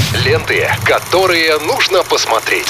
Ленты, которые нужно посмотреть.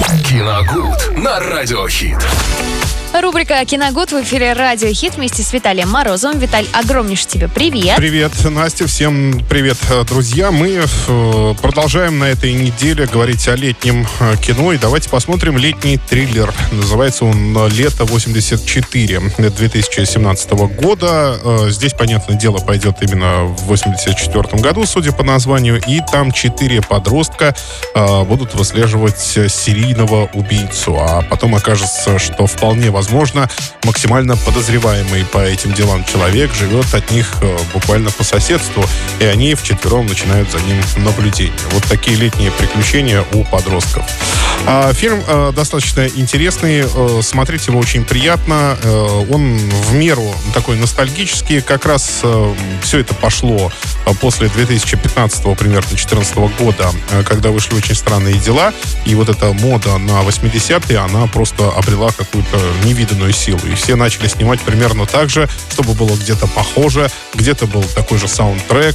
Киногуд на Радиохит. Рубрика «Киногуд» в эфире «Радио Хит» вместе с Виталием Морозовым. Виталь, огромнейший тебе привет. Привет, Настя, всем привет, друзья. Мы продолжаем на этой неделе говорить о летнем кино. И давайте посмотрим летний триллер. Называется он «Лето 84» 2017 года. Здесь, понятное дело, пойдет именно в 84 году, судя по названию. И там 4 подростка будут выслеживать серийного убийцу. А потом окажется, что вполне возможно, максимально подозреваемый по этим делам человек живет от них буквально по соседству, и они вчетвером начинают за ним наблюдение. Вот такие летние приключения у подростков. Фильм достаточно интересный, смотреть его очень приятно. Он в меру такой ностальгический. Как раз все это пошло после 2015 примерно 2014 года, когда вышли «Очень странные дела», и вот эта мода на 80-е, она просто обрела какую-то невиданную силу. И все начали снимать примерно так же, чтобы было где-то похоже, где-то был такой же саундтрек.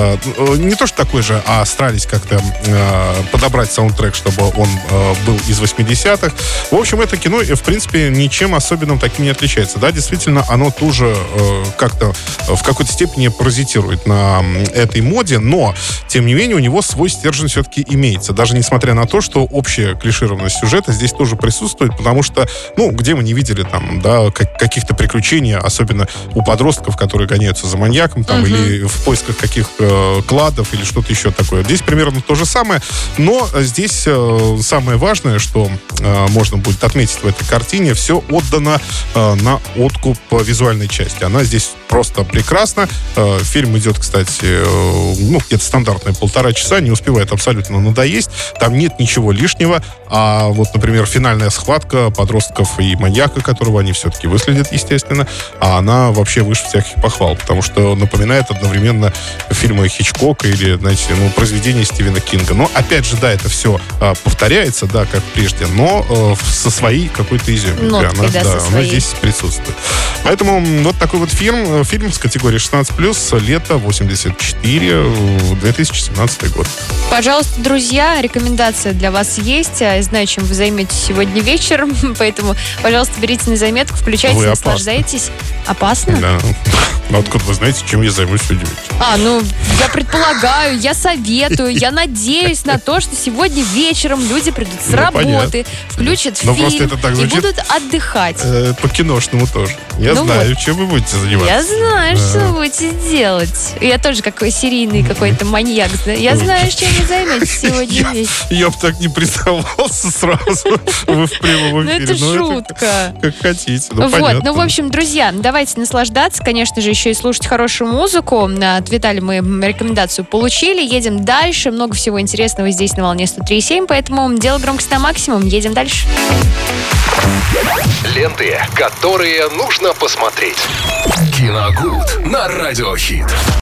Не то, что такой же, а старались как-то подобрать саундтрек, чтобы он был из 80-х. В общем, это кино, в принципе, ничем особенным таким не отличается. Да, действительно, оно тоже как-то в какой-то степени паразитирует на этой моде, но, тем не менее, у него свой стержень все-таки имеется. Даже несмотря на то, что общая клишированность сюжета здесь тоже присутствует, потому что, где мы не видели там, да, каких-то приключений, особенно у подростков, которые гоняются за маньяком, там, или в поисках каких-то кладов, или что-то еще такое. Здесь примерно то же самое, но здесь самое важное, что можно будет отметить в этой картине, все отдано на откуп визуальной части. Она здесь просто прекрасна. Фильм идет, кстати, где-то стандартные 1,5 часа, не успевает абсолютно надоесть. Там нет ничего лишнего. А вот, например, финальная схватка подростков и маньяка, которого они все-таки выследят, естественно, а она вообще выше всяких похвал, потому что напоминает одновременно фильмы Хичкока или, знаете, произведения Стивена Кинга. Но, опять же, да, это все повторяется, да, как прежде, но со своей какой-то изюминкой. Она здесь присутствует. Поэтому вот такой вот фильм с категории 16+, лето 84, 2017 год. Пожалуйста, друзья, рекомендация для вас есть. Я знаю, чем вы займетесь сегодня вечером, поэтому, пожалуйста, берите на заметку, включайте, наслаждайтесь. Опасно? Да. Откуда вы знаете, чем я займусь сегодня вечером? Я предполагаю, я советую, я надеюсь на то, что сегодня вечером люди придут с работы, включат фильм и будут отдыхать. По-киношному тоже. Я знаю, чем вы будете заниматься. Я знаю, что вы будете делать. Я тоже какой серийный какой-то маньяк. Я знаю, чем вы займетесь сегодня вечером. Я бы так не признавался сразу в прямом эфире. Это шутка. Как хотите. В общем, друзья, давайте наслаждаться. Конечно же, еще и слушать хорошую музыку. От Виталия мы рекомендацию получили. Едем дальше. Много всего интересного здесь на волне 103.7, поэтому дело громкость на максимум. Едем дальше. Ленты, которые нужно посмотреть. Киногуд на Радиохит.